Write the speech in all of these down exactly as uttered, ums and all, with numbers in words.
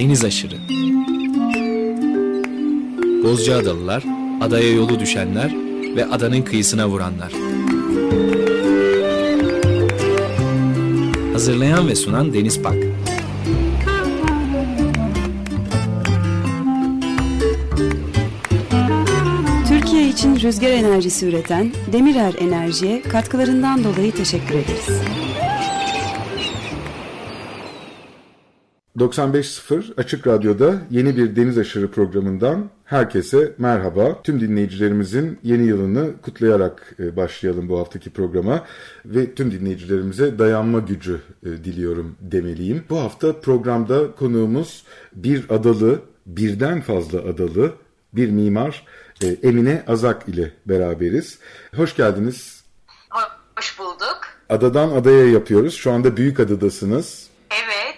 deniz aşırı. Bozcaadalılar, adaya yolu düşenler ve adanın kıyısına vuranlar. Hazırlayan ve sunan Deniz Pak. Türkiye için rüzgar enerjisi üreten Demirer Enerji'ye katkılarından dolayı teşekkür ederiz. doksan beş nokta sıfır Açık Radyo'da yeni bir Deniz Aşırı programından herkese merhaba. Tüm dinleyicilerimizin yeni yılını kutlayarak başlayalım bu haftaki programa ve tüm dinleyicilerimize dayanma gücü diliyorum demeliyim. Bu hafta programda konuğumuz bir adalı, birden fazla adalı bir mimar Emine Azak ile beraberiz. Hoş geldiniz. Hoş bulduk. Adadan adaya yapıyoruz. Şu anda Büyükada'dasınız. Evet.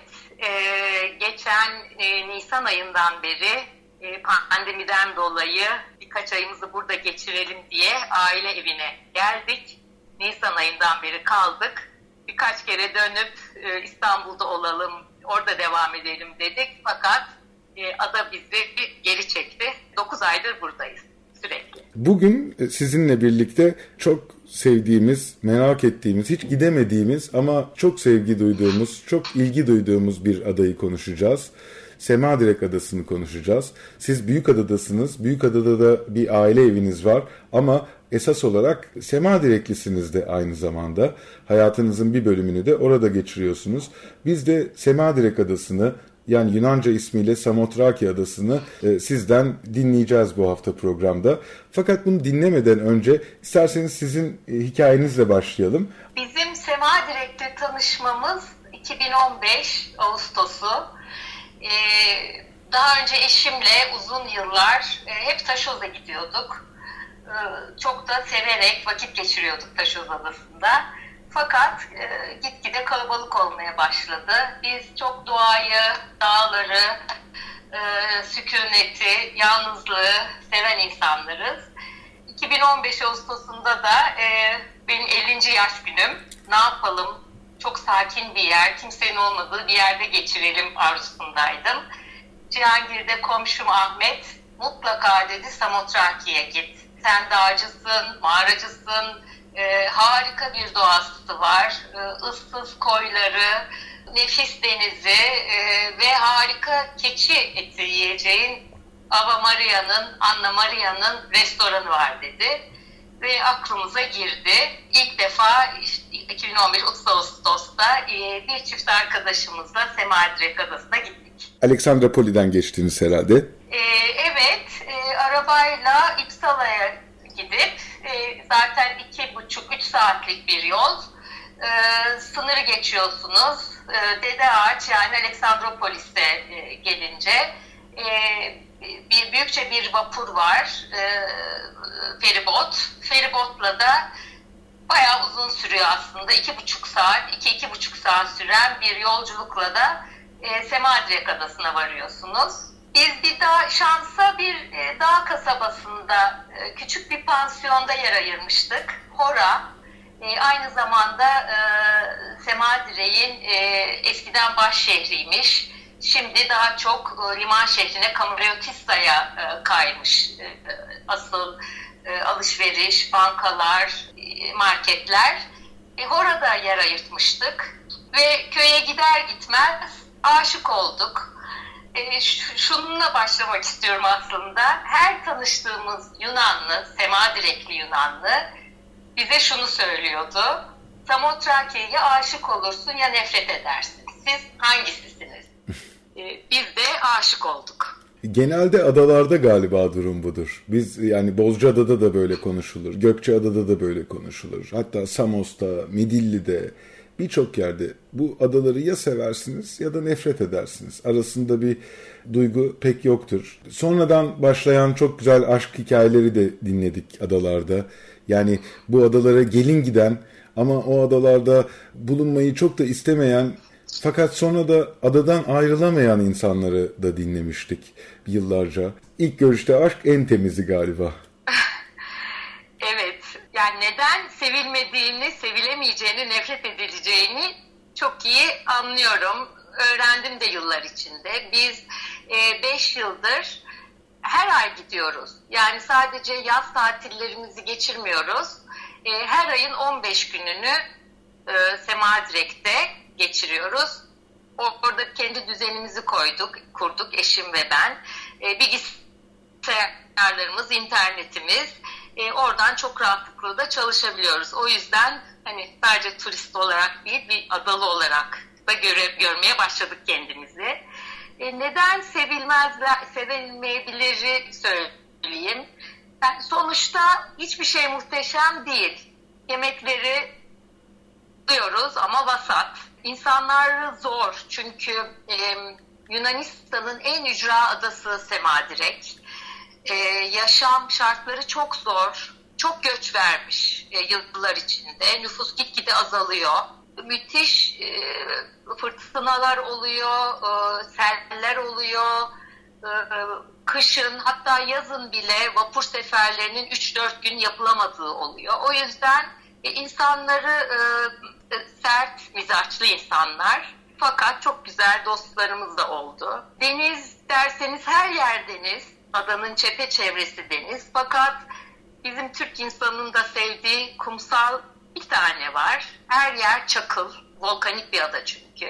Geçen e, Nisan ayından beri e, pandemiden dolayı birkaç ayımızı burada geçirelim diye aile evine geldik. Nisan ayından beri kaldık. Birkaç kere dönüp e, İstanbul'da olalım, orada devam edelim dedik. Fakat e, ada bizi geri çekti. dokuz aydır buradayız sürekli. Bugün sizinle birlikte çok sevdiğimiz, merak ettiğimiz, hiç gidemediğimiz ama çok sevgi duyduğumuz, çok ilgi duyduğumuz bir adayı konuşacağız. Semadirek Adası'nı konuşacağız. Siz Büyükada'dasınız. Büyükada'da da bir aile eviniz var ama esas olarak Semadireklisiniz de aynı zamanda. Hayatınızın bir bölümünü de orada geçiriyorsunuz. Biz de Semadirek Adası'nı, yani Yunanca ismiyle Samothraki Adası'nı e, sizden dinleyeceğiz bu hafta programda. Fakat bunu dinlemeden önce isterseniz sizin e, hikayenizle başlayalım. Bizim Semadirek'te tanışmamız iki bin on beş Ağustos'u. Ee, daha önce eşimle uzun yıllar e, hep Taşoz'a gidiyorduk. Ee, çok da severek vakit geçiriyorduk Taşoz Adası'nda. Fakat e, gitgide kalabalık olmaya başladı. Biz çok doğayı, dağları, e, sükuneti, yalnızlığı seven insanlarız. iki bin on beş Ağustos'unda da e, benim ellinci yaş günüm. Ne yapalım? Çok sakin bir yer, kimsenin olmadığı bir yerde geçirelim arzusundaydım. Cihangir'de komşum Ahmet mutlaka dedi Samothraki'ye git. Sen dağcısın, mağaracısın. Ee, harika bir doğası var, ee, ıssız koyları, nefis denizi e, ve harika keçi eti yiyeceğin Ava Maria'nın, Anna Maria'nın restoranı var dedi. Ve aklımıza girdi. İlk defa işte iki bin on beş otuz Ağustos'ta e, bir çift arkadaşımızla Semadirek Adası'na gittik. Aleksandrapoli'den geçtiniz herhalde. E, evet, e, arabayla İpsala'ya gidip e, zaten iki buçuk üç saatlik bir yol. E, sınırı geçiyorsunuz. E, Dede Ağaç yani Aleksandropolis'e e, gelince e, bir büyükçe bir vapur var. E, feribot. Feribotla da bayağı uzun sürüyor aslında. iki buçuk saat, iki iki buçuk saat süren bir yolculukla da e, Semadirek Adası'na varıyorsunuz. Biz bir dağ, şansa bir e, dağ kasabasında e, küçük bir pansiyonda yer ayırmıştık. Hora, e, aynı zamanda e, Semadirek'in e, eskiden baş şehriymiş. Şimdi daha çok e, liman şehrine Kamerotista'ya e, kaymış. E, asıl e, alışveriş, bankalar, e, marketler. E, Hora'da yer ayırtmıştık ve köye gider gitmez aşık olduk. E, şununla başlamak istiyorum aslında. Her tanıştığımız Yunanlı, Semadirekli Yunanlı bize şunu söylüyordu. Samothraki'ye aşık olursun ya nefret edersin. Siz hangisisiniz? e, biz de aşık olduk. Genelde adalarda galiba durum budur. Biz yani Bozcaada'da da böyle konuşulur. Gökçeada'da da böyle konuşulur. Hatta Samos'ta, Midilli'de, birçok yerde bu adaları ya seversiniz ya da nefret edersiniz. Arasında bir duygu pek yoktur. Sonradan başlayan çok güzel aşk hikayeleri de dinledik adalarda. Yani bu adalara gelin giden ama o adalarda bulunmayı çok da istemeyen fakat sonra da adadan ayrılamayan insanları da dinlemiştik yıllarca. İlk görüşte aşk en temizi galiba. Evet. Yani neden sevilmediğini, sevilemeyeceğini, nefret edileceğini çok iyi anlıyorum. Öğrendim de yıllar içinde. Biz beş yıldır her ay gidiyoruz. Yani sadece yaz tatillerimizi geçirmiyoruz. E, her ayın on beş gününü e, Semadirek'te geçiriyoruz. Orada kendi düzenimizi koyduk, kurduk eşim ve ben. E, bilgisayarlarımız, internetimiz. E, oradan çok rahatlıkla da çalışabiliyoruz. O yüzden hani sadece turist olarak değil, bir adalı olarak da göre, görmeye başladık kendimizi. E, neden sevilmezler, sevilmeyebiliri söyleyeyim. Yani sonuçta hiçbir şey muhteşem değil. Yemekleri diyoruz ama vasat. İnsanları zor çünkü e, Yunanistan'ın en ücra adası Semadirek. E, yaşam şartları çok zor, çok göç vermiş e, yıllar içinde. Nüfus gitgide azalıyor. Müthiş e, fırtınalar oluyor, e, seller oluyor. E, kışın hatta yazın bile vapur seferlerinin üç dört gün yapılamadığı oluyor. O yüzden e, insanları e, sert mizaçlı insanlar. Fakat çok güzel dostlarımız da oldu. Deniz derseniz her yer deniz. Adanın çepeçevresi deniz. Fakat bizim Türk insanının da sevdiği kumsal bir tane var. Her yer çakıl. Volkanik bir ada çünkü.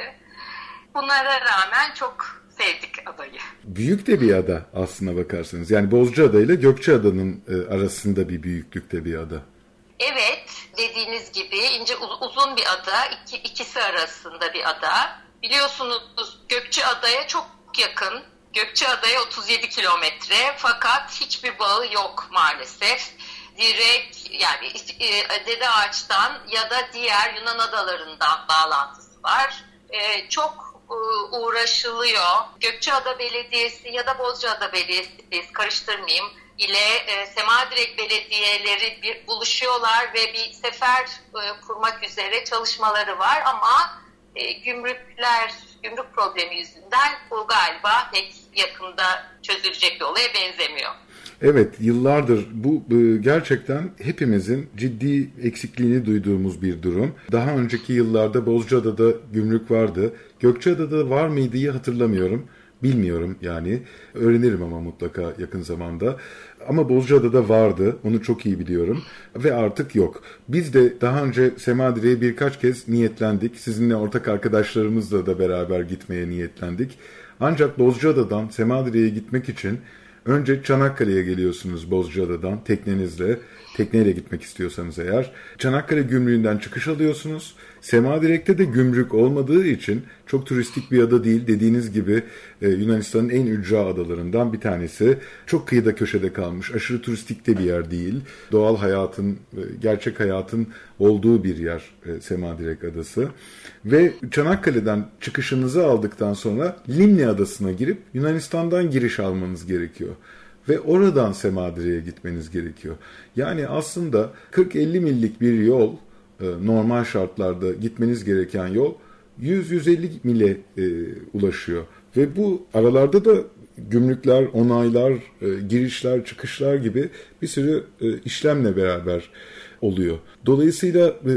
Bunlara rağmen çok sevdik adayı. Büyük de bir ada aslına bakarsanız. Yani Bozcaada ile Gökçeada'nın arasında bir büyüklükte bir ada. Evet, dediğiniz gibi ince uzun bir ada, iki, ikisi arasında bir ada. Biliyorsunuz Gökçeada'ya çok yakın. Gökçeada'ya otuz yedi kilometre fakat hiçbir bağı yok maalesef. Direkt yani Dede Ağaç'tan ya da diğer Yunan adalarından bağlantısı var. Ee, çok e, uğraşılıyor. Gökçeada Belediyesi ya da Bozcaada Belediyesi karıştırmayayım ile e, Semadirek belediyeleri bir, buluşuyorlar ve bir sefer e, kurmak üzere çalışmaları var ama e, gümrükler, gümrük problemi yüzünden bu galiba pek yakında çözülecek bir olaya benzemiyor. Evet, yıllardır bu gerçekten hepimizin ciddi eksikliğini duyduğumuz bir durum. Daha önceki yıllarda Bozcaada'da gümrük vardı. Gökçeada'da var mıydı hatırlamıyorum. Bilmiyorum yani. Öğrenirim ama mutlaka yakın zamanda. Ama Bozcaada'da vardı. Onu çok iyi biliyorum. Ve artık yok. Biz de daha önce Semadirek'e birkaç kez niyetlendik. Sizinle ortak arkadaşlarımızla da beraber gitmeye niyetlendik. Ancak Bozcaada'dan Semadirek'e gitmek için önce Çanakkale'ye geliyorsunuz Bozcaada'dan teknenizle. Tekneyle gitmek istiyorsanız eğer. Çanakkale gümrüğünden çıkış alıyorsunuz. Semadirek'te de gümrük olmadığı için çok turistik bir ada değil. Dediğiniz gibi e, Yunanistan'ın en ücra adalarından bir tanesi. Çok kıyıda köşede kalmış. Aşırı turistik de bir yer değil. Doğal hayatın, e, gerçek hayatın olduğu bir yer e, Semadirek adası. Ve Çanakkale'den çıkışınızı aldıktan sonra Limni adasına girip Yunanistan'dan giriş almanız gerekiyor. Ve oradan Semadirek'e gitmeniz gerekiyor. Yani aslında kırk elli millik bir yol, normal şartlarda gitmeniz gereken yol yüz yüz elli mile e, ulaşıyor. Ve bu aralarda da gümrükler, onaylar, e, girişler, çıkışlar gibi bir sürü e, işlemle beraber oluyor. Dolayısıyla e,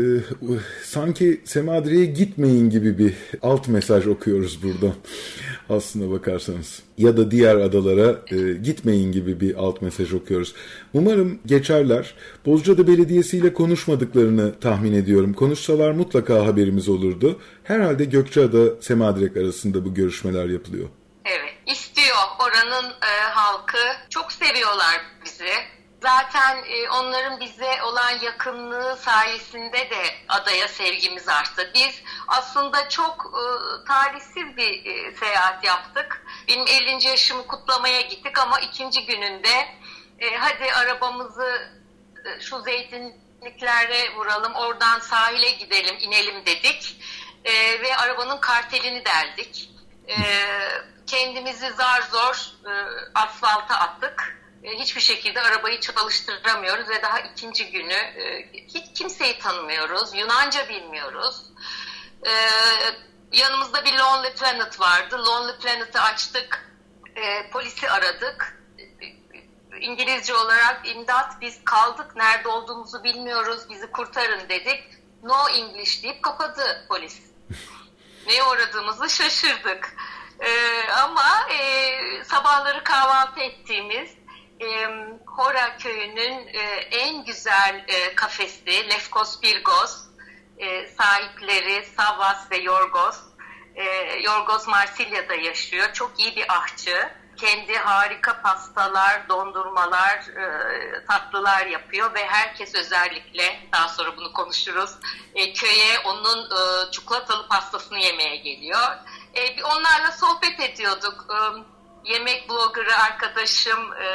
sanki Semadirek'e gitmeyin gibi bir alt mesaj okuyoruz buradan aslına bakarsanız. Ya da diğer adalara e, gitmeyin gibi bir alt mesaj okuyoruz. Umarım geçerler. Bozcaada Belediyesi ile konuşmadıklarını tahmin ediyorum. Konuşsalar mutlaka haberimiz olurdu. Herhalde Gökçeada, Semadirek arasında bu görüşmeler yapılıyor. Evet, istiyor. Oranın e, halkı çok seviyorlar bizi. Zaten e, onların bize olan yakınlığı sayesinde de adaya sevgimiz arttı. Biz aslında çok e, talihsiz bir e, seyahat yaptık. Benim ellinci yaşımı kutlamaya gittik ama ikinci gününde e, hadi arabamızı e, şu zeytinliklere vuralım, oradan sahile gidelim, inelim dedik. E, ve arabanın kartelini deldik. E, kendimizi zar zor e, asfalta attık. Hiçbir şekilde arabayı çalıştıramıyoruz ve daha ikinci günü hiç kimseyi tanımıyoruz, Yunanca bilmiyoruz. Ee, yanımızda bir Lonely Planet vardı. Lonely Planet'ı açtık, e, polisi aradık. İngilizce olarak imdat biz kaldık, nerede olduğumuzu bilmiyoruz, bizi kurtarın dedik. No English deyip kapadı polis. Neye uğradığımızı şaşırdık. E, ama e, sabahları kahvaltı ettiğimiz e, Hora köyünün e, en güzel e, kafesi Lefkos Pirgos, e, sahipleri Savvas ve Yorgos. E, Yorgos Marsilya'da yaşıyor. Çok iyi bir ahçı. Kendi harika pastalar, dondurmalar, e, tatlılar yapıyor ve herkes özellikle, daha sonra bunu konuşuruz, e, köye onun e, çikolatalı pastasını yemeye geliyor. E, onlarla sohbet ediyorduk. E, yemek bloggerı arkadaşım e,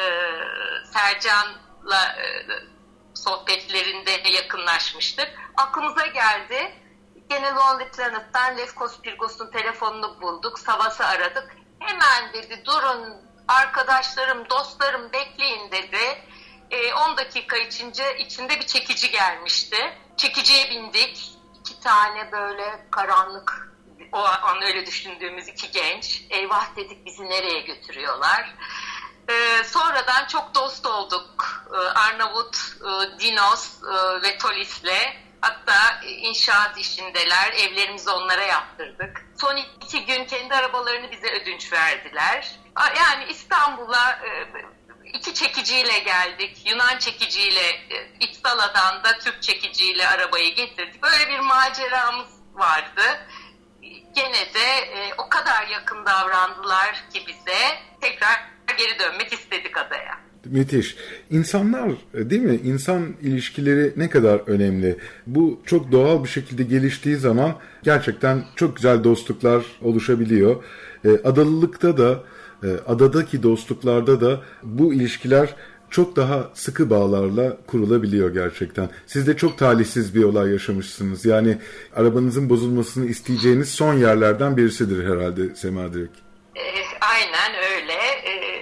Sercan'la e, sohbetlerinde yakınlaşmıştık. Aklımıza geldi. Gene Lonely Planet'tan Lefkos Pirgos'un telefonunu bulduk. Savas'ı aradık. Hemen dedi durun arkadaşlarım, dostlarım bekleyin dedi. E, on dakika içince içinde bir çekici gelmişti. Çekiciye bindik. İki tane böyle karanlık, o an öyle düşündüğümüz iki genç. Eyvah dedik, bizi nereye götürüyorlar? E, sonradan çok dost olduk. E, Arnavut, e, Dinos e, ve Tolis'le. Hatta inşaat işindeler, evlerimizi onlara yaptırdık. Son iki gün kendi arabalarını bize ödünç verdiler. Yani İstanbul'a iki çekiciyle geldik. Yunan çekiciyle, İpsala'dan da Türk çekiciyle arabayı getirdik. Böyle bir maceramız vardı. Gene de o kadar yakın davrandılar ki bize, tekrar geri dönmek istedik adaya. Müthiş. İnsanlar, değil mi? İnsan ilişkileri ne kadar önemli. Bu çok doğal bir şekilde geliştiği zaman gerçekten çok güzel dostluklar oluşabiliyor. Adalılıkta da, adadaki dostluklarda da bu ilişkiler çok daha sıkı bağlarla kurulabiliyor gerçekten. Siz de çok talihsiz bir olay yaşamışsınız. Yani arabanızın bozulmasını isteyeceğiniz son yerlerden birisidir herhalde Sema Direk. E, aynen öyle. E,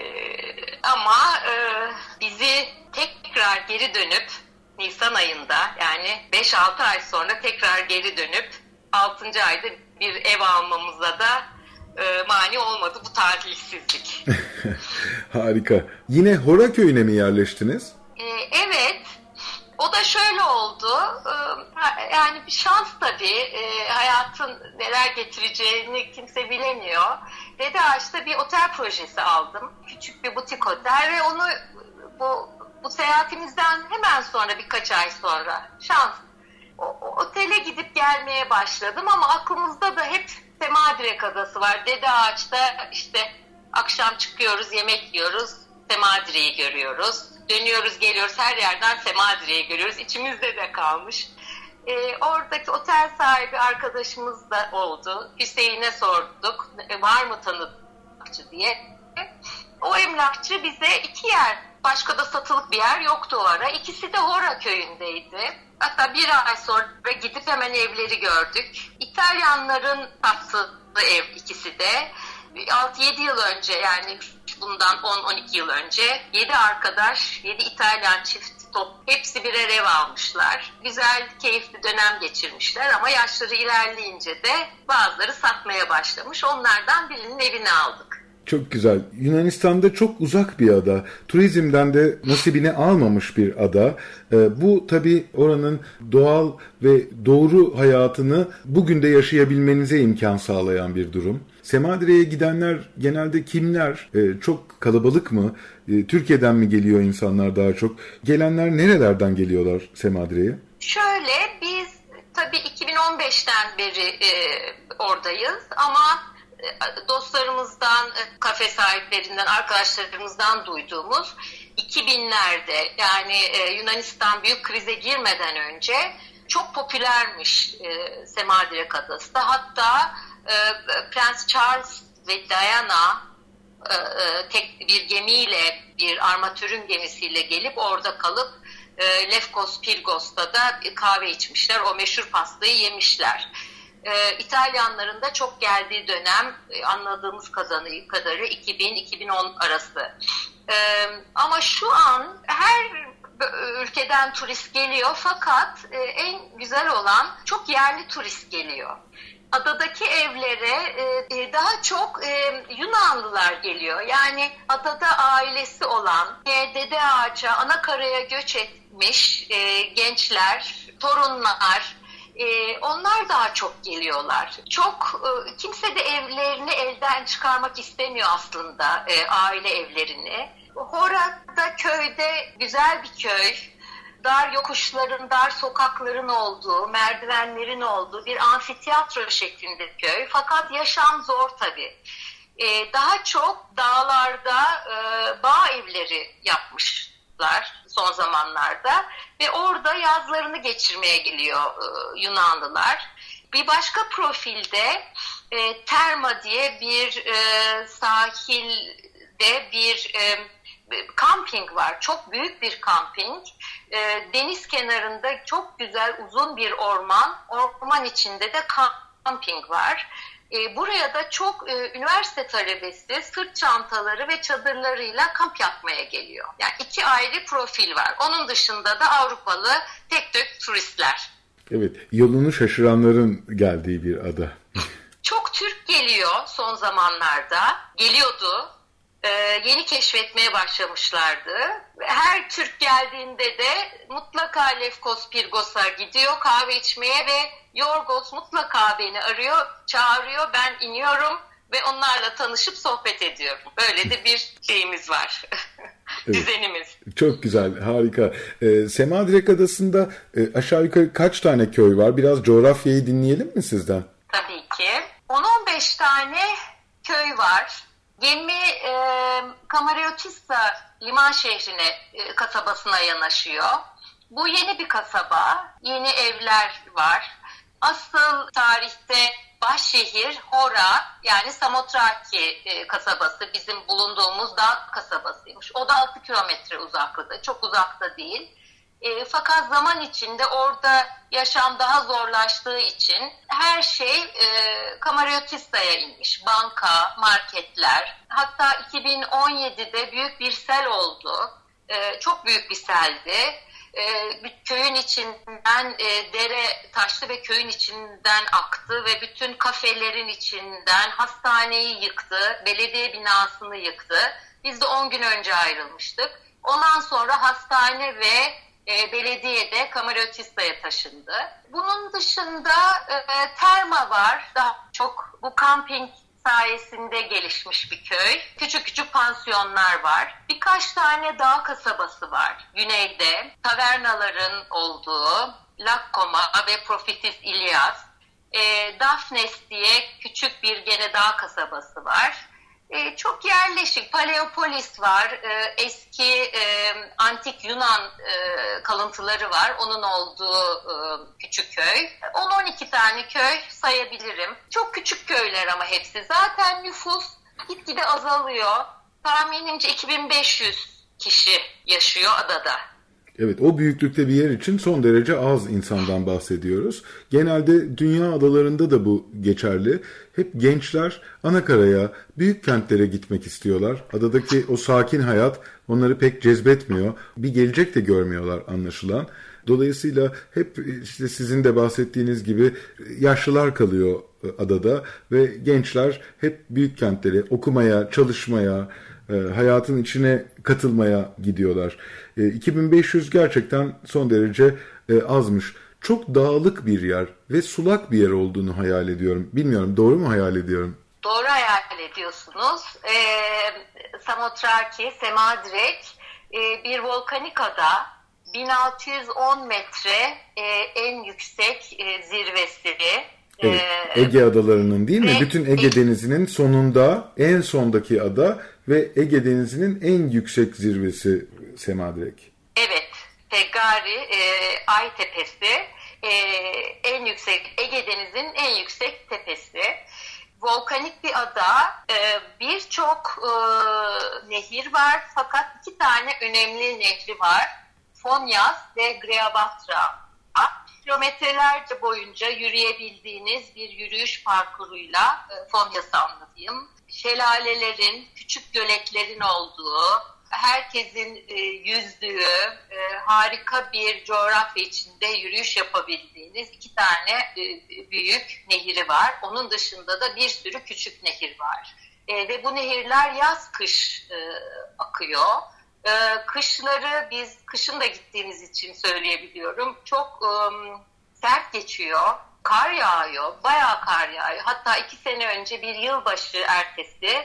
ama e, bizi tekrar geri dönüp Nisan ayında, yani beş altı ay sonra tekrar geri dönüp altıncı ayda bir ev almamıza da e, mani olmadı bu talihsizlik. Harika. Yine Hora köyüne mi yerleştiniz? E, evet. O da şöyle oldu. E, yani bir şans tabii. E, hayatın neler getireceğini kimse bilemiyor. Dede Ağaç'ta bir otel projesi aldım. Küçük bir butik otel ve onu bu, bu seyahatimizden hemen sonra, birkaç ay sonra şans o, o, otele gidip gelmeye başladım ama aklımızda da hep Sema Direk Adası var. Dede Ağaç'ta işte akşam çıkıyoruz, yemek yiyoruz, Sema Direk'i görüyoruz. Dönüyoruz, geliyoruz, her yerden Sema Direk'i görüyoruz. İçimizde de kalmış. Ee, oradaki otel sahibi arkadaşımız da oldu. Hüseyin'e sorduk, var mı tanıdıkçı diye. O emlakçı bize iki yer, başka da satılık bir yer yoktu o ara. İkisi de Hora köyündeydi. Hatta bir ay sonra gidip hemen evleri gördük. İtalyanların sattığı ev ikisi de. altı yedi yıl önce, yani bundan on on iki yıl önce yedi arkadaş, yedi İtalyan çift top, hepsi birer ev almışlar. Güzel, keyifli dönem geçirmişler ama yaşları ilerleyince de bazıları satmaya başlamış. Onlardan birinin evini aldık. Çok güzel. Yunanistan'da çok uzak bir ada. Turizmden de nasibini almamış bir ada. Ee, bu tabii oranın doğal ve doğru hayatını bugün de yaşayabilmenize imkan sağlayan bir durum. Sema Direk'e gidenler genelde kimler? Ee, çok kalabalık mı? Ee, Türkiye'den mi geliyor insanlar daha çok? Gelenler nerelerden geliyorlar Sema Direk'e? Şöyle, biz tabii iki bin on beşten beri e, oradayız ama dostlarımızdan, kafe sahiplerinden, arkadaşlarımızdan duyduğumuz iki binlerde, yani Yunanistan büyük krize girmeden önce çok popülermiş Sema Direk Adası da. Hatta Prens Charles ve Diana tek bir gemiyle, bir armatürün gemisiyle gelip orada kalıp Lefkos Pirgos'ta da kahve içmişler, o meşhur pastayı yemişler. Ee, İtalyanların da çok geldiği dönem, anladığımız kadarı iki bin iki bin on arası. Ee, ama şu an her ülkeden turist geliyor, fakat e, en güzel olan çok yerli turist geliyor. Adadaki evlere e, daha çok e, Yunanlılar geliyor. Yani adada ailesi olan, e, Dede Ağaç'a, Anakara'ya göç etmiş e, gençler, torunlar, Ee, onlar daha çok geliyorlar. Çok e, kimse de evlerini elden çıkarmak istemiyor aslında, e, aile evlerini. Hora'da köyde güzel bir köy. Dar yokuşların, dar sokakların olduğu, merdivenlerin olduğu bir amfiteyatro şeklinde bir köy. Fakat yaşam zor tabii. Ee, daha çok dağlarda e, bağ evleri yapmışlar son zamanlarda ve orada yazlarını geçirmeye geliyor e, Yunanlılar. Bir başka profilde e, Terma diye bir e, sahilde bir e, kamping var. Çok büyük bir kamping. E, deniz kenarında çok güzel uzun bir orman. Orman içinde de kamping var. E, buraya da çok e, üniversite talebesi sırt çantaları ve çadırlarıyla kamp yapmaya geliyor. Yani iki ayrı profil var. Onun dışında da Avrupalı tek tük turistler. Evet, yolunu şaşıranların geldiği bir ada. Çok Türk geliyor son zamanlarda. Geliyordu. Ee, yeni keşfetmeye başlamışlardı. Her Türk geldiğinde de mutlaka Lefkos Pirgos'a gidiyor kahve içmeye ve Yorgos mutlaka beni arıyor, çağırıyor. Ben iniyorum ve onlarla tanışıp sohbet ediyorum. Böyle de bir şeyimiz var. Evet. Düzenimiz. Çok güzel, harika. Ee, Semadirek Adası'nda e, aşağı yukarı kaç tane köy var? Biraz coğrafyayı dinleyelim mi sizden? Tabii ki. on on beş tane köy var. Gemi e, Kamariotisza liman şehrine, e, kasabasına yanaşıyor. Bu yeni bir kasaba, yeni evler var. Asıl tarihte başşehir Hora, yani Samotraki e, kasabası, bizim bulunduğumuz dağ kasabasıymış. O da altı kilometre uzaklıkta, çok uzakta değil. E, fakat zaman içinde orada yaşam daha zorlaştığı için her şey e, Kamariotisa'ya inmiş. Banka, marketler. Hatta iki bin on yedide büyük bir sel oldu. E, çok büyük bir seldi. E, köyün içinden e, dere taştı ve köyün içinden aktı ve bütün kafelerin içinden hastaneyi yıktı, belediye binasını yıktı. Biz de on gün önce ayrılmıştık. Ondan sonra hastane ve E, belediye de Kamariotisa'ya taşındı. Bunun dışında e, Terma var. Daha çok bu kamping sayesinde gelişmiş bir köy. Küçük küçük pansiyonlar var. Birkaç tane dağ kasabası var. Güneyde tavernaların olduğu Lakkoma ve Profitis İlyas. E, Daphnes diye küçük bir gene dağ kasabası var. Ee, çok yerleşik. Paleopolis var. Ee, eski e, antik Yunan e, kalıntıları var. Onun olduğu e, küçük köy. on on iki tane köy sayabilirim. Çok küçük köyler ama hepsi. Zaten nüfus gitgide azalıyor. Tahminimce iki bin beş yüz kişi yaşıyor adada. Evet, o büyüklükte bir yer için son derece az insandan bahsediyoruz. Genelde dünya adalarında da bu geçerli. Hep gençler anakaraya, büyük kentlere gitmek istiyorlar. Adadaki o sakin hayat onları pek cezbetmiyor. Bir gelecek de görmüyorlar anlaşılan. Dolayısıyla hep işte sizin de bahsettiğiniz gibi yaşlılar kalıyor adada ve gençler hep büyük kentlere okumaya, çalışmaya, hayatın içine katılmaya gidiyorlar. iki bin beş yüz gerçekten son derece azmış. Çok dağlık bir yer ve sulak bir yer olduğunu hayal ediyorum. Bilmiyorum, doğru mu hayal ediyorum? Doğru hayal ediyorsunuz. Ee, Samotraki, Semadirek e, bir volkanik ada. bin altı yüz on metre e, en yüksek e, zirvesi. Evet, Ege adalarının değil mi? Bütün Ege Denizi'nin sonunda, en sondaki ada ve Ege Denizi'nin en yüksek zirvesi Semadirek. Evet, Tegari, e, Ay Tepesi, e, en yüksek, Ege Denizi'nin en yüksek tepesi. Volkanik bir ada, e, birçok e, nehir var fakat iki tane önemli nehri var. Fonyas ve Greabatra. Kilometrelerce boyunca yürüyebildiğiniz bir yürüyüş parkuruyla e, Fonyas'ı anlatayım. Şelalelerin, küçük göletlerin olduğu, herkesin e, yüzdüğü, e, harika bir coğrafya içinde yürüyüş yapabildiğiniz iki tane e, büyük nehri var. Onun dışında da bir sürü küçük nehir var. E, ve bu nehirler yaz-kış e, akıyor. Ee, kışları biz kışın da gittiğimiz için söyleyebiliyorum. Çok um, sert geçiyor. Kar yağıyor, bayağı kar yağıyor. Hatta iki sene önce bir yılbaşı ertesi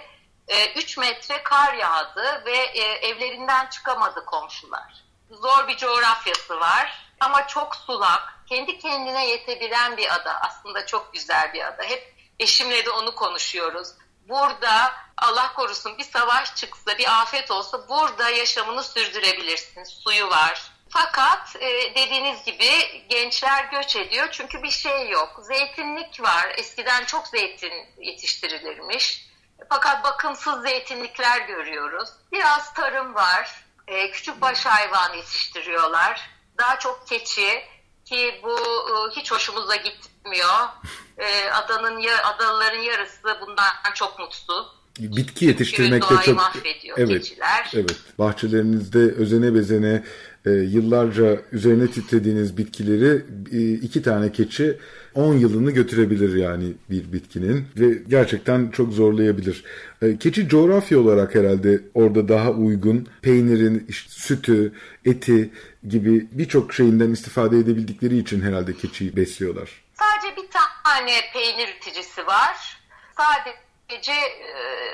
üç metre kar yağdı ve evlerinden çıkamadı komşular. Zor bir coğrafyası var ama çok sulak, kendi kendine yetebilen bir ada. Aslında çok güzel bir ada. Hep eşimle de onu konuşuyoruz. Burada Allah korusun bir savaş çıksa, bir afet olsa burada yaşamını sürdürebilirsin. Suyu var. Fakat e, dediğiniz gibi gençler göç ediyor çünkü bir şey yok. Zeytinlik var. Eskiden çok zeytin yetiştirilirmiş. Fakat bakımsız zeytinlikler görüyoruz. Biraz tarım var. E, küçükbaş hayvan yetiştiriyorlar. Daha çok keçi ki bu e, hiç hoşumuza gitmiyor. E, adanın adalıların yarısı bundan çok mutsuz. Bitki yetiştirmekte çok evet, keçiler. Evet. Bahçelerinizde özene bezene e, yıllarca üzerine titrediğiniz bitkileri e, iki tane keçi on yılını götürebilir yani bir bitkinin ve gerçekten çok zorlayabilir. E, keçi coğrafya olarak herhalde orada daha uygun. Peynirin, işte, sütü, eti gibi birçok şeyinden istifade edebildikleri için herhalde keçiyi besliyorlar. Sadece bir tane peynir üreticisi var. Sadece Gece e,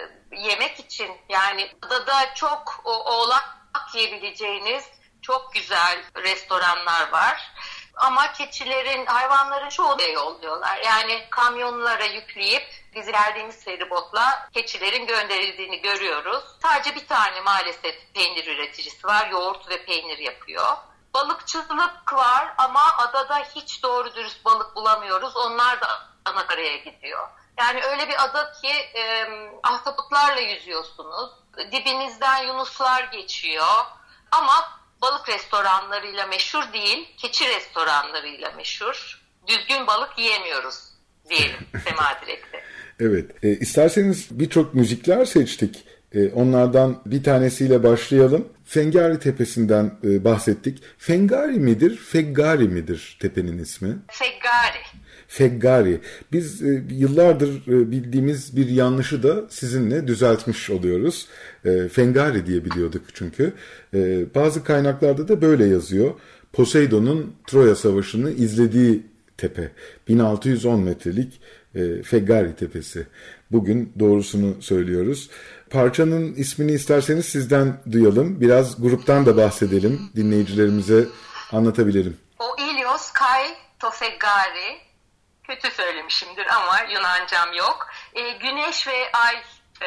yemek için yani adada çok o, oğlak yiyebileceğiniz çok güzel restoranlar var. Ama keçilerin, hayvanların çoğu da yolluyorlar. Yani kamyonlara yükleyip biz geldiğimiz feribotla keçilerin gönderildiğini görüyoruz. Sadece bir tane maalesef peynir üreticisi var. Yoğurt ve peynir yapıyor. Balıkçılık var ama adada hiç doğru dürüst balık bulamıyoruz. Onlar da anakaraya gidiyor. Yani öyle bir ada ki e, ahtapotlarla yüzüyorsunuz. Dibinizden yunuslar geçiyor. Ama balık restoranlarıyla meşhur değil, keçi restoranlarıyla meşhur. Düzgün balık yiyemiyoruz diyelim Semadirek'te. Evet, e, isterseniz birçok müzikler seçtik. E, onlardan bir tanesiyle başlayalım. Fengari Tepesi'nden e, bahsettik. Fengari midir, Feggari midir tepenin ismi? Feggari. Feggari. Biz e, yıllardır e, bildiğimiz bir yanlışı da sizinle düzeltmiş oluyoruz. E, Fengari diye biliyorduk çünkü. E, bazı kaynaklarda da böyle yazıyor. Poseidon'un Troya Savaşı'nı izlediği tepe. bin altı yüz on metrelik e, Feggari Tepesi. Bugün doğrusunu söylüyoruz. Parçanın ismini isterseniz sizden duyalım. Biraz gruptan da bahsedelim. Dinleyicilerimize anlatabilirim. O Ilios Kai to Feggari. Kötü söylemişimdir ama Yunancam yok. E, güneş ve ay e,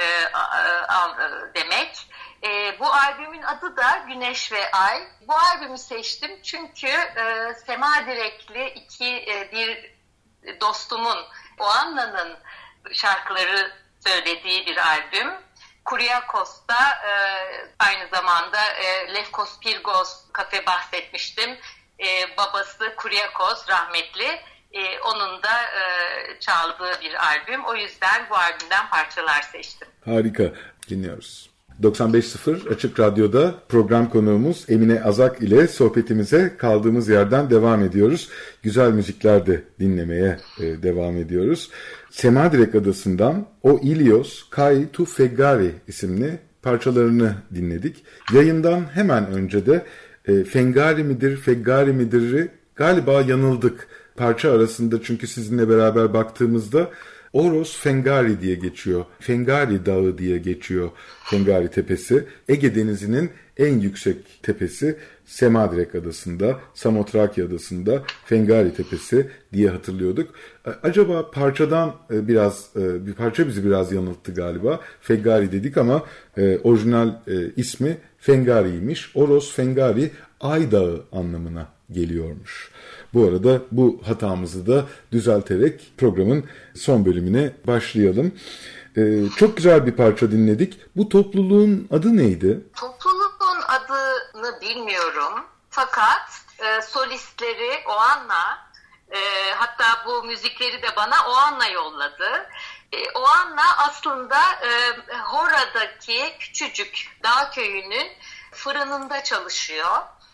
a, a, demek. E, bu albümün adı da Güneş ve Ay. Bu albümü seçtim çünkü e, Semadirekli iki e, bir dostumun Oanna'nın şarkıları söylediği bir albüm. Kuriakos'ta e, aynı zamanda e, Lefkos Pirgos kafe bahsetmiştim. E, babası Kuriakos rahmetli. Ee, onun da e, çaldığı bir albüm. O yüzden bu albümden parçalar seçtim. Harika. Dinliyoruz. doksan beş nokta sıfır Açık Radyo'da program konuğumuz Emine Azak ile sohbetimize kaldığımız yerden devam ediyoruz. Güzel müzikler de dinlemeye e, devam ediyoruz. Semadirek Adası'ndan O Ilios Kai to Feggari isimli parçalarını dinledik. Yayından hemen önce de e, Fengari midir, Feggari midir'i galiba yanıldık. Parça arasında çünkü sizinle beraber baktığımızda Oros Fengari diye geçiyor. Fengari Dağı diye geçiyor Fengari Tepesi. Ege Denizi'nin en yüksek tepesi Semadirek Adası'nda, Samothraki Adası'nda Fengari Tepesi diye hatırlıyorduk. Acaba parçadan biraz, bir parça bizi biraz yanılttı galiba. Fengari dedik ama orijinal ismi Fengari'ymiş. Oros Fengari Ay Dağı anlamına geliyormuş. Bu arada bu hatamızı da düzelterek programın son bölümüne başlayalım. Ee, çok güzel bir parça dinledik. Bu topluluğun adı neydi? Topluluğun adını bilmiyorum. Fakat e, solistleri Oanna, e, hatta bu müzikleri de bana Oanna yolladı. E, Oanna aslında e, Hora'daki küçücük dağ köyünün fırınında çalışıyor.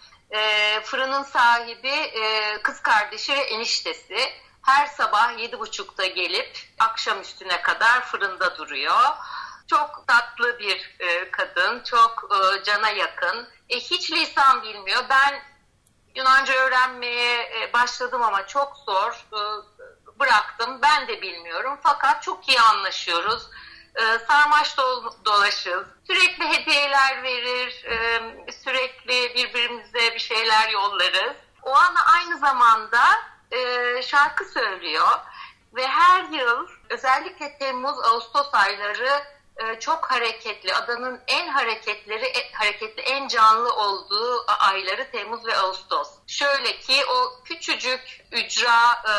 E, fırının sahibi e, kız kardeşi ve eniştesi her sabah yedi buçukta gelip akşam üstüne kadar fırında duruyor. Çok tatlı bir e, kadın, çok e, cana yakın. E, hiç lisan bilmiyor. Ben Yunanca öğrenmeye başladım ama çok zor. Bıraktım. Ben de bilmiyorum. Fakat çok iyi anlaşıyoruz. Sarmaş dolaşırız. Sürekli hediyeler verir. Sürekli birbirimize bir şeyler yollarız. O an aynı zamanda şarkı söylüyor. Ve her yıl özellikle Temmuz, Ağustos ayları çok hareketli, adanın en hareketleri, hareketli, en canlı olduğu ayları Temmuz ve Ağustos. Şöyle ki o küçücük ücra,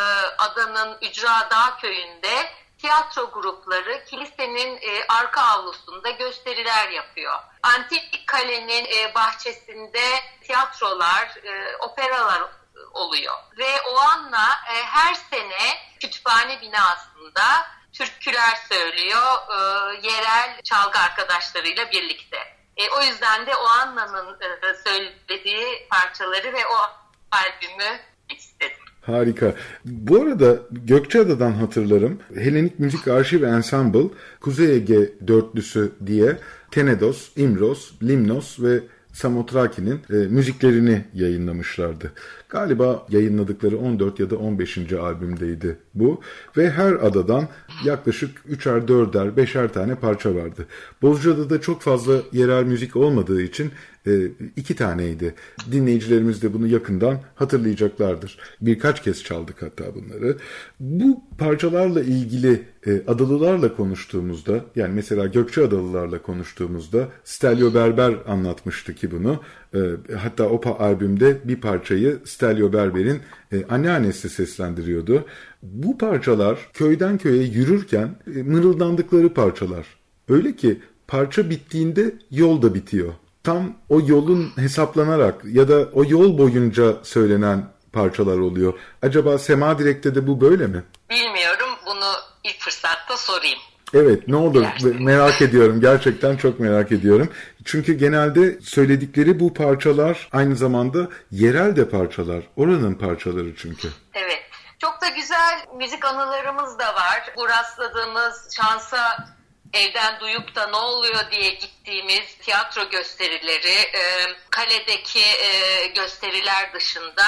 adanın Ücra Dağ köyünde tiyatro grupları kilisenin arka avlusunda gösteriler yapıyor. Antik kalenin bahçesinde tiyatrolar, operalar oluyor. Ve o anla her sene kütüphane binasında türküler söylüyor e, yerel çalgı arkadaşlarıyla birlikte. E, o yüzden de o Anna'nın e, söylediği parçaları ve o albümü istedim. Harika. Bu arada Gökçeada'dan hatırlarım. Helenik Müzik Arşiv Ensemble, Kuzey Ege Dörtlüsü diye Tenedos, İmros, Limnos ve Samotraki'nin e, müziklerini yayınlamışlardı. Galiba yayınladıkları on dört ya da on beşinci albümdeydi bu. Ve her adadan yaklaşık üçer, dörder, beşer tane parça vardı. Bozcaada'da çok fazla yerel müzik olmadığı için e, iki taneydi. Dinleyicilerimiz de bunu yakından hatırlayacaklardır. Birkaç kez çaldık hatta bunları. Bu parçalarla ilgili e, adalılarla konuştuğumuzda, yani mesela Gökçeadalılarla konuştuğumuzda Stelio Berber anlatmıştı ki bunu. E, hatta o albümde bir parçayı Stelio Berber'in e, anneannesi seslendiriyordu. Bu parçalar köyden köye yürürken e, mırıldandıkları parçalar. Öyle ki parça bittiğinde yol da bitiyor. Tam o yolun hesaplanarak ya da o yol boyunca söylenen parçalar oluyor. Acaba Sema Direk'te de bu böyle mi? Bilmiyorum. Bunu ilk fırsatta sorayım. Evet, ne olur Gerçekten. Merak ediyorum. Gerçekten çok merak ediyorum. Çünkü genelde söyledikleri bu parçalar aynı zamanda yerel de parçalar. Oranın parçaları çünkü. Evet. Çok da güzel müzik anılarımız da var. Bu rastladığımız şansa evden duyup da ne oluyor diye gittiğimiz tiyatro gösterileri, kaledeki gösteriler dışında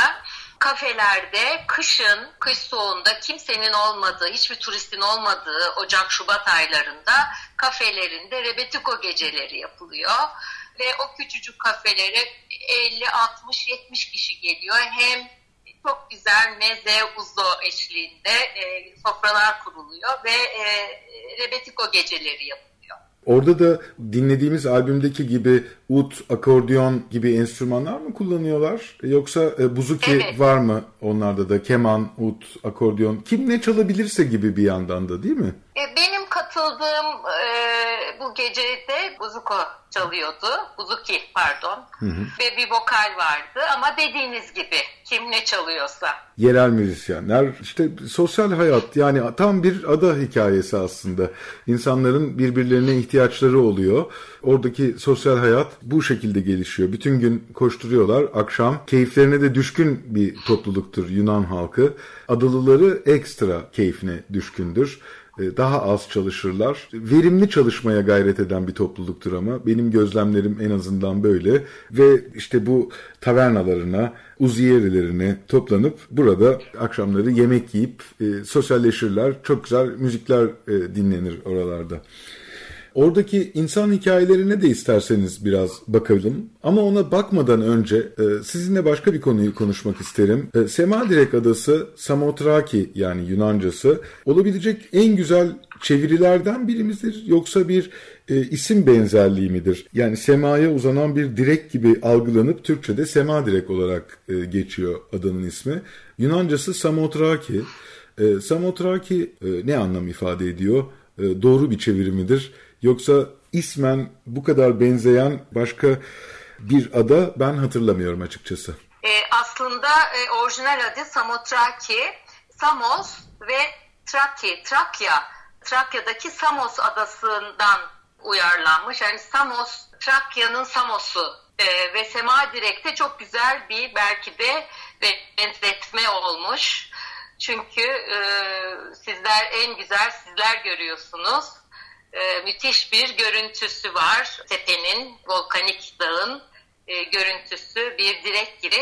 kafelerde kışın, kış soğuğunda kimsenin olmadığı, hiçbir turistin olmadığı Ocak-Şubat aylarında kafelerinde rebetiko geceleri yapılıyor. Ve o küçücük kafelere elli, altmış, yetmiş kişi geliyor. Hem çok güzel meze, uzo eşliğinde e, sofralar kuruluyor ve e, rebetiko geceleri yapılıyor. Orada da dinlediğimiz albümdeki gibi ud, akordeon gibi enstrümanlar mı kullanıyorlar? Yoksa e, buzuki evet. Var mı onlarda da? Keman, ud, akordeon, kim ne çalabilirse gibi bir yandan da, değil mi? E, benim katıldığım e, bu gecede buzuko çalıyordu. Buzuki pardon. Hı hı. Ve bir vokal vardı ama dediğiniz gibi kim ne çalıyorsa. Yerel müzisyenler, işte sosyal hayat, yani tam bir ada hikayesi aslında. İnsanların birbirlerine ihtiyaçları oluyor. Oradaki sosyal hayat bu şekilde gelişiyor. Bütün gün koşturuyorlar. Akşam keyiflerine de düşkün bir topluluktur Yunan halkı. Adalıları ekstra keyfine düşkündür. Daha az çalışırlar. Verimli çalışmaya gayret eden bir topluluktur ama benim gözlemlerim en azından böyle. Ve işte bu tavernalarına, uziyerilerine toplanıp burada akşamları yemek yiyip e, sosyalleşirler. Çok güzel müzikler e, dinlenir oralarda. Oradaki insan hikayelerine de isterseniz biraz bakalım. Ama ona bakmadan önce e, sizinle başka bir konuyu konuşmak isterim. E, Sema Direk Adası, Samothraki yani Yunancası olabilecek en güzel çevirilerden biri midir? Yoksa bir e, isim benzerliği midir? Yani semaya uzanan bir direk gibi algılanıp Türkçe'de Sema Direk olarak e, geçiyor adanın ismi. Yunancası Samothraki. E, Samothraki e, ne anlam ifade ediyor? E, doğru bir çevirimidir? Yoksa ismen bu kadar benzeyen başka bir ada ben hatırlamıyorum açıkçası. E, aslında e, orijinal adı Samothraki, Samos ve Traki, Trakya. Trakya'daki Samos adasından uyarlanmış. Yani Samos, Trakya'nın Samos'u e, ve Sema Direk'te çok güzel bir belki de benzetme olmuş. Çünkü e, sizler en güzel sizler görüyorsunuz. Ee, müthiş bir görüntüsü var. Tepenin, volkanik dağın e, görüntüsü bir direk gibi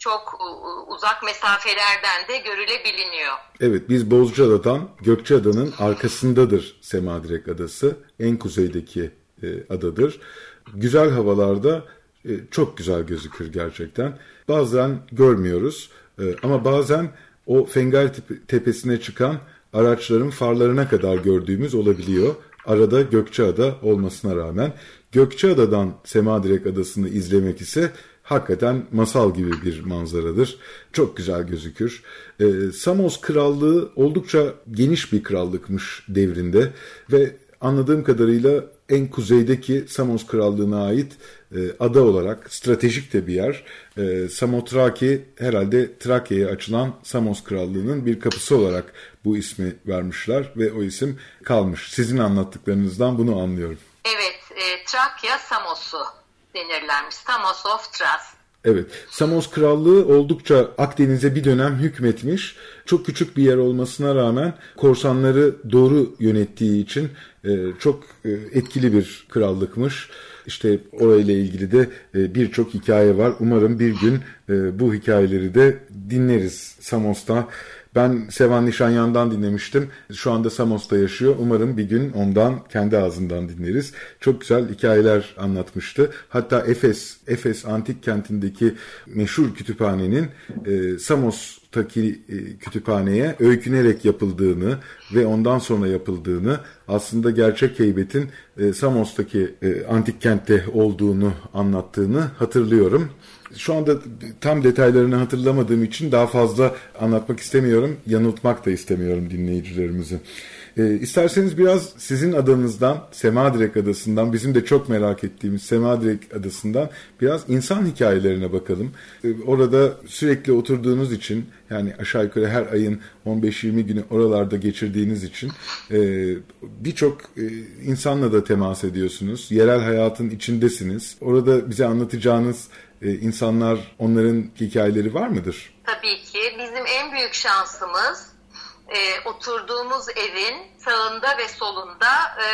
çok uzak mesafelerden de görülebiliniyor. Evet, biz Bozcaada'dan Gökçeada'nın arkasındadır Semadirek Adası. En kuzeydeki e, adadır. Güzel havalarda e, çok güzel gözükür gerçekten. Bazen görmüyoruz e, ama bazen o Fengal Tepesi'ne çıkan araçların farlarına kadar gördüğümüz olabiliyor. Arada Gökçeada olmasına rağmen. Gökçeada'dan Semadirek Adası'nı izlemek ise hakikaten masal gibi bir manzaradır. Çok güzel gözükür. Ee, Samos Krallığı oldukça geniş bir krallıkmış devrinde ve anladığım kadarıyla en kuzeydeki Samos Krallığı'na ait e, ada olarak stratejik de bir yer. E, Samothraki herhalde Trakya'ya açılan Samos Krallığı'nın bir kapısı olarak bu ismi vermişler ve o isim kalmış. Sizin anlattıklarınızdan bunu anlıyorum. Evet, e, Trakya Samos'u denirlermiş. Samos of Thrace. Evet, Samos Krallığı oldukça Akdeniz'e bir dönem hükmetmiş. Çok küçük bir yer olmasına rağmen korsanları doğru yönettiği için e, çok e, etkili bir krallıkmış. İşte orayla ilgili de e, birçok hikaye var. Umarım bir gün e, bu hikayeleri de dinleriz Samos'ta. Ben Sevan Nişanyan'dan dinlemiştim. Şu anda Samos'ta yaşıyor. Umarım bir gün ondan, kendi ağzından dinleriz. Çok güzel hikayeler anlatmıştı. Hatta Efes, Efes antik kentindeki meşhur kütüphanenin e, Samos'taki e, kütüphaneye öykünerek yapıldığını ve ondan sonra yapıldığını, aslında gerçek heybetin e, Samos'taki e, antik kentte olduğunu anlattığını hatırlıyorum. Şu anda tam detaylarını hatırlamadığım için daha fazla anlatmak istemiyorum. Yanıltmak da istemiyorum dinleyicilerimizi. E, isterseniz biraz sizin adanızdan, Semadirek Adası'ndan, bizim de çok merak ettiğimiz Semadirek Adası'ndan biraz insan hikayelerine bakalım. E, orada sürekli oturduğunuz için, yani aşağı yukarı her ayın on beş yirmi günü oralarda geçirdiğiniz için e, birçok e, insanla da temas ediyorsunuz. Yerel hayatın içindesiniz. Orada bize anlatacağınız e, insanlar, onların hikayeleri var mıdır? Tabii ki. Bizim en büyük şansımız E, oturduğumuz evin sağında ve solunda e,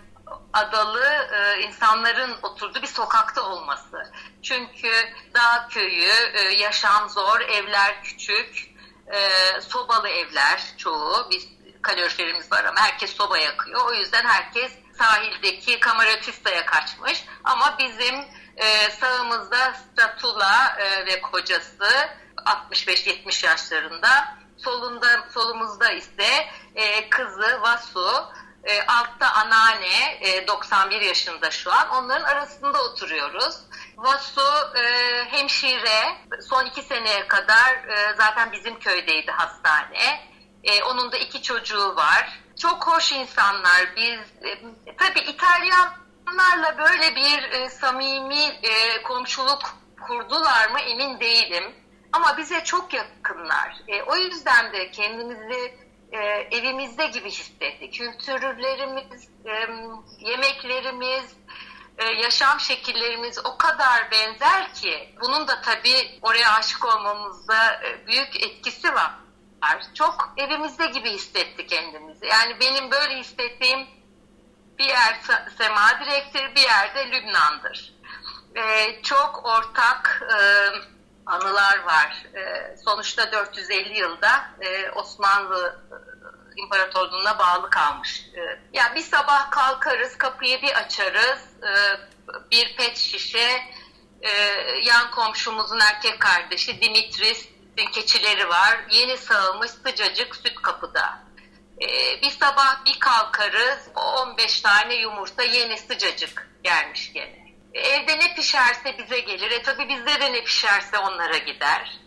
adalı e, insanların oturduğu bir sokakta olması. Çünkü dağ köyü, e, yaşam zor, evler küçük, e, sobalı evler çoğu. Biz kaloriferimiz var ama herkes soba yakıyor. O yüzden herkes sahildeki Kameratista'ya kaçmış. Ama bizim e, sağımızda Statula e, ve kocası altmış beş yetmiş yaşlarında. Solunda, solumuzda ise e, kızı Vasu, e, altta anneanne e, doksan bir yaşında şu an. Onların arasında oturuyoruz. Vasu e, hemşire, son iki seneye kadar e, zaten bizim köydeydi hastane. E, onun da iki çocuğu var. Çok hoş insanlar. Biz e, tabii İtalyanlarla böyle bir e, samimi e, komşuluk kurdular mı emin değilim. Ama bize çok yakınlar. E, o yüzden de kendimizi e, evimizde gibi hissettik. Kültürlerimiz, e, yemeklerimiz, e, yaşam şekillerimiz o kadar benzer ki bunun da tabii oraya aşık olmamızda e, büyük etkisi var. Çok evimizde gibi hissettik kendimizi. Yani benim böyle hissettiğim bir yer Semadirik'tir, bir yerde Lübnan'dır. E, çok ortak e, anılar var. Ee, sonuçta dört yüz elli yılda e, Osmanlı e, İmparatorluğu'na bağlı kalmış. E, yani bir sabah kalkarız, kapıyı bir açarız, e, bir pet şişe, e, yan komşumuzun erkek kardeşi Dimitris'in keçileri var. Yeni sağılmış sıcacık süt kapıda. E, bir sabah bir kalkarız, on beş tane yumurta yeni sıcacık gelmiş gene. Evde ne pişerse bize gelir. E tabii bizde de ne pişerse onlara gider.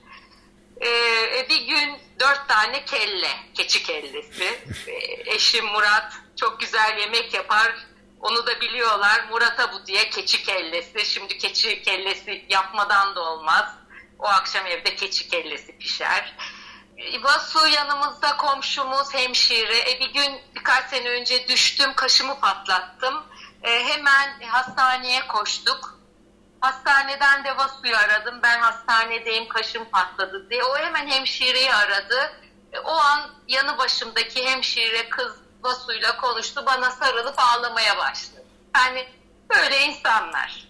E, bir gün dört tane kelle, keçi kellesi. E, eşim Murat çok güzel yemek yapar. Onu da biliyorlar. Murat'a bu diye keçi kellesi. Şimdi keçi kellesi yapmadan da olmaz. O akşam evde keçi kellesi pişer. E, Vasu yanımızda komşumuz, hemşire. E, bir gün birkaç sene önce düştüm, kaşımı patlattım. E, hemen hastaneye koştuk. Hastaneden de Vasu'yu aradım. Ben hastanedeyim, kaşım patladı diye. O hemen hemşireyi aradı. E, o an yanı başımdaki hemşire kız Vasu'yla konuştu. Bana sarılıp ağlamaya başladı. Yani böyle insanlar.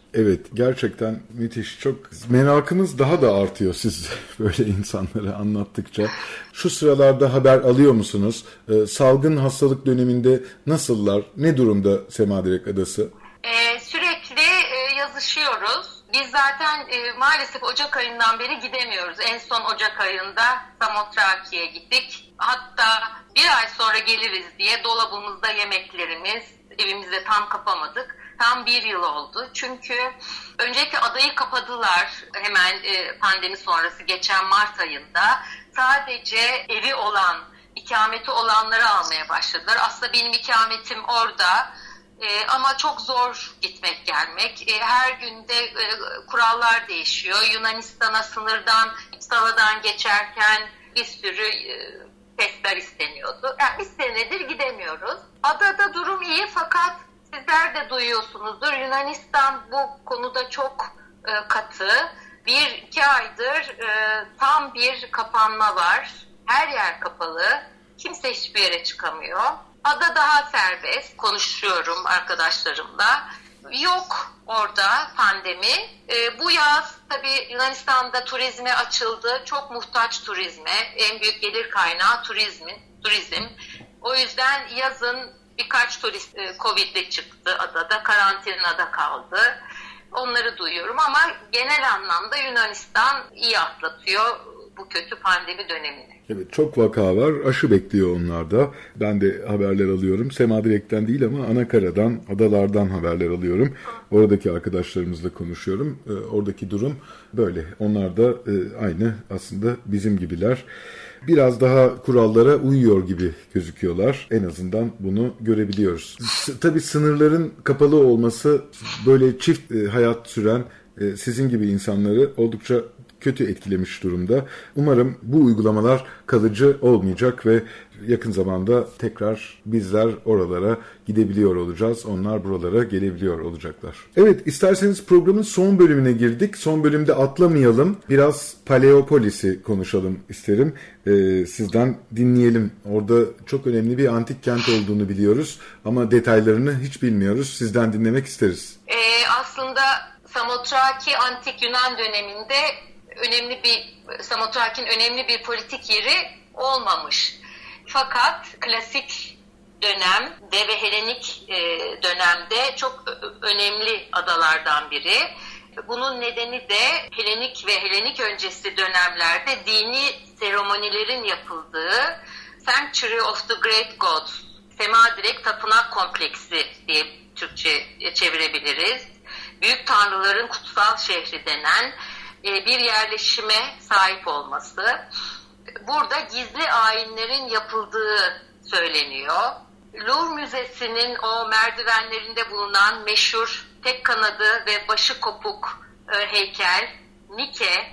Evet, gerçekten müthiş. Çok merakımız daha da artıyor siz böyle insanları anlattıkça. Şu sıralarda haber alıyor musunuz? Ee, salgın hastalık döneminde nasıllar? Ne durumda Semadirek Adası? Ee, sürekli e, yazışıyoruz. Biz zaten e, maalesef Ocak ayından beri gidemiyoruz. En son Ocak ayında Samotraki'ye gittik. Hatta bir ay sonra geliriz diye dolabımızda yemeklerimiz, evimizde tam kapamadık. Tam bir yıl oldu. Çünkü öncelikle adayı kapadılar hemen e, pandemi sonrası geçen Mart ayında. Sadece evi olan, ikameti olanları almaya başladılar. Aslında benim ikametim orada. Ee, ama çok zor gitmek gelmek. Ee, her günde e, kurallar değişiyor. Yunanistan'a sınırdan, İpsala'dan geçerken bir sürü e, testler isteniyordu. Yani bir senedir gidemiyoruz. Adada durum iyi fakat sizler de duyuyorsunuzdur. Yunanistan bu konuda çok e, katı. Bir iki aydır e, tam bir kapanma var. Her yer kapalı. Kimse hiçbir yere çıkamıyor. Ada daha serbest. Konuşuyorum arkadaşlarımla. Yok orada pandemi. E, bu yaz tabii Yunanistan'da turizme açıldı. Çok muhtaç turizme. En büyük gelir kaynağı turizmin, turizm. O yüzden yazın birkaç turist e, Covid'de çıktı adada. Karantinada kaldı. Onları duyuyorum ama genel anlamda Yunanistan iyi atlatıyor bu kötü pandemi dönemini. Evet, çok vaka var. Aşı bekliyor onlar da. Ben de haberler alıyorum. Semadirek'ten değil ama Anakara'dan, adalardan haberler alıyorum. Oradaki arkadaşlarımızla konuşuyorum. E, oradaki durum böyle. Onlar da e, aynı aslında bizim gibiler. Biraz daha kurallara uyuyor gibi gözüküyorlar. En azından bunu görebiliyoruz. S- tabii sınırların kapalı olması böyle çift e, hayat süren e, sizin gibi insanları oldukça kötü etkilemiş durumda. Umarım bu uygulamalar kalıcı olmayacak ve yakın zamanda tekrar bizler oralara gidebiliyor olacağız. Onlar buralara gelebiliyor olacaklar. Evet, isterseniz programın son bölümüne girdik. Son bölümde atlamayalım. Biraz Paleopolis'i konuşalım isterim. Ee, sizden dinleyelim. Orada çok önemli bir antik kent olduğunu biliyoruz ama detaylarını hiç bilmiyoruz. Sizden dinlemek isteriz. Ee, aslında Samotraki antik Yunan döneminde önemli bir Samotraki'nin önemli bir politik yeri olmamış. Fakat klasik dönemde ve Helenik dönemde çok önemli adalardan biri. Bunun nedeni de Helenik ve Helenik öncesi dönemlerde dini seremonilerin yapıldığı Sanctuary of the Great Gods, Semadirek Tapınak Kompleksi diye Türkçe çevirebiliriz. Büyük tanrıların kutsal şehri denen bir yerleşime sahip olması. Burada gizli ayinlerin yapıldığı söyleniyor. Louvre Müzesi'nin o merdivenlerinde bulunan meşhur tek kanadı ve başı kopuk heykel Nike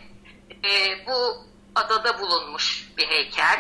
bu adada bulunmuş bir heykel.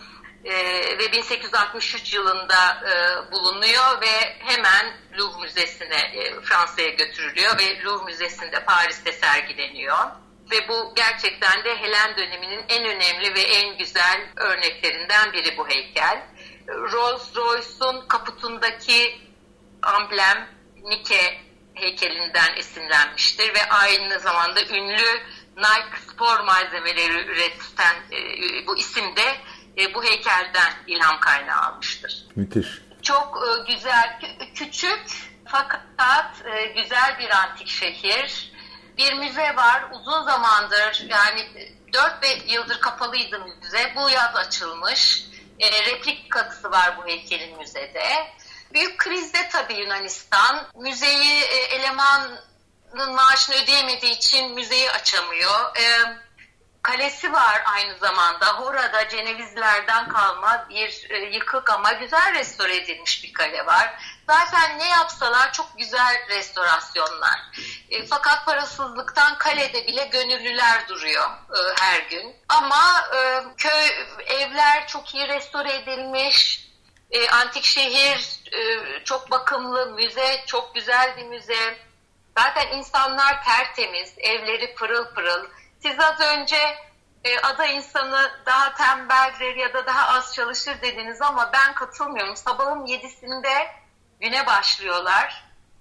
Ve bin sekiz yüz altmış üç yılında bulunuyor ve hemen Louvre Müzesi'ne Fransa'ya götürülüyor ve Louvre Müzesi'nde Paris'te sergileniyor. Ve bu gerçekten de Helen döneminin en önemli ve en güzel örneklerinden biri bu heykel. Rolls-Royce'un kaputundaki amblem Nike heykelinden esinlenmiştir ve aynı zamanda ünlü Nike spor malzemeleri üreten e, bu isim de e, bu heykelden ilham kaynağı almıştır. Müthiş. Çok e, güzel, küçük fakat e, güzel bir antik şehir. Bir müze var. Uzun zamandır yani dört yıldır kapalıydı müze. Bu yaz açılmış. E, replikası var bu heykelin müzede. Büyük krizde tabii Yunanistan. Müzeyi e, elemanın maaşını ödeyemediği için müzeyi açamıyor. E, kalesi var aynı zamanda. Hora'da Cenevizlerden kalma bir e, yıkık ama güzel restore edilmiş bir kale var. Zaten ne yapsalar çok güzel restorasyonlar. E, fakat parasızlıktan kalede bile gönüllüler duruyor e, her gün. Ama e, köy evler çok iyi restore edilmiş. E, antik şehir e, çok bakımlı, müze çok güzel bir müze. Zaten insanlar tertemiz, evleri pırıl pırıl. Siz az önce e, ada insanı daha tembeldir ya da daha az çalışır dediniz ama ben katılmıyorum. Sabahın yedisinde güne başlıyorlar.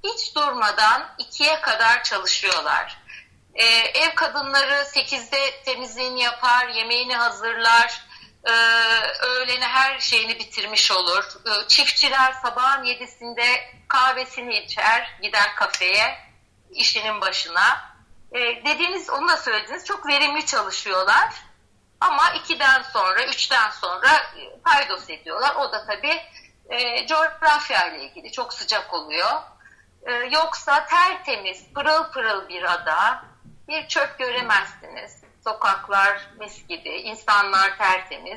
hiç durmadan ikiye kadar çalışıyorlar. Ee, ev kadınları sekizde temizliğini yapar, yemeğini hazırlar, e, öğlene her şeyini bitirmiş olur. E, çiftçiler sabahın yedisinde kahvesini içer, gider kafeye, işinin başına. E, dediğiniz, onu da söylediniz, çok verimli çalışıyorlar. Ama ikiden sonra, üçten sonra paydos ediyorlar. O da tabii e, coğrafya ile ilgili, çok sıcak oluyor. E, yoksa tertemiz, pırıl pırıl bir ada, bir çöp göremezsiniz. Sokaklar mis gibi, insanlar tertemiz.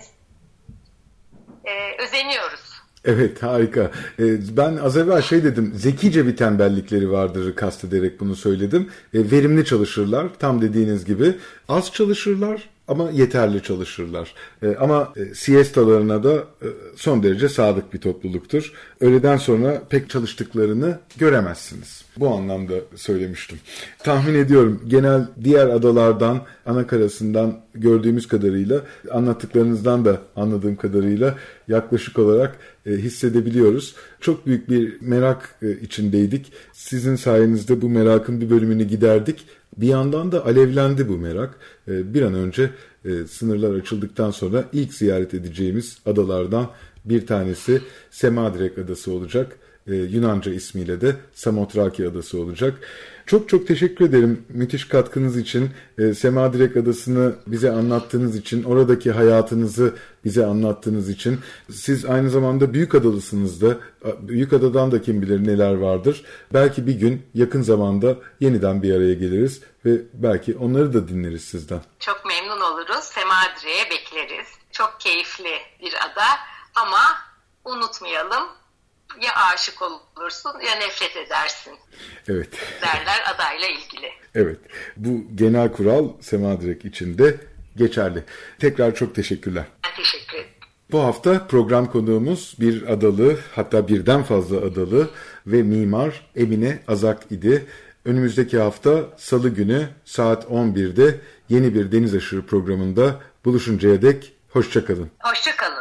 E, özeniyoruz. Evet, harika. Ee, ben az evvel şey dedim, zekice bir tembellikleri vardır kastederek bunu söyledim. Ee, verimli çalışırlar, tam dediğiniz gibi. Az çalışırlar ama yeterli çalışırlar. Ee, ama e, siestalarına da e, son derece sadık bir topluluktur. Öğleden sonra pek çalıştıklarını göremezsiniz. Bu anlamda söylemiştim. Tahmin ediyorum genel diğer adalardan, Anakarası'ndan gördüğümüz kadarıyla, anlattıklarınızdan da anladığım kadarıyla yaklaşık olarak e, hissedebiliyoruz. Çok büyük bir merak e, içindeydik. Sizin sayenizde bu merakın bir bölümünü giderdik. Bir yandan da alevlendi bu merak. E, bir an önce e, sınırlar açıldıktan sonra ilk ziyaret edeceğimiz adalardan bir tanesi Semadirek Adası olacak. Ee, Yunanca ismiyle de Samothraki Adası olacak. Çok çok teşekkür ederim müthiş katkınız için, e, Semadirek Adası'nı bize anlattığınız için, oradaki hayatınızı bize anlattığınız için. Siz aynı zamanda Büyükadalısınız da, Büyükada'dan da kim bilir neler vardır. Belki bir gün yakın zamanda yeniden bir araya geliriz ve belki onları da dinleriz sizden. Çok memnun oluruz, Semadirik'e bekleriz. Çok keyifli bir ada ama unutmayalım, ya aşık olursun ya nefret edersin. Evet. Derler adayla ilgili. Evet. Bu genel kural Semadirek için de geçerli. Tekrar çok teşekkürler. Ben teşekkür ederim. Bu hafta program konuğumuz bir adalı, hatta birden fazla adalı ve mimar Emine Azak idi. Önümüzdeki hafta Salı günü saat on birde yeni bir Deniz Aşırı programında buluşuncaya dek hoşça kalın. Hoşça kalın.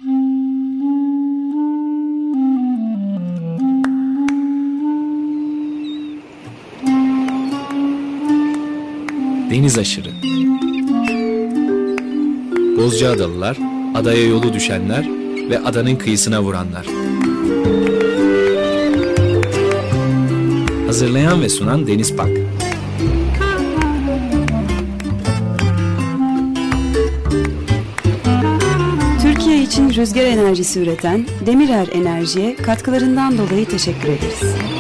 Deniz Aşırı. Bozcaadalılar, adaya yolu düşenler ve adanın kıyısına vuranlar. Hazırlayan ve sunan Deniz Pak. Türkiye için rüzgar enerjisi üreten Demirer Enerji'ye katkılarından dolayı teşekkür ederiz.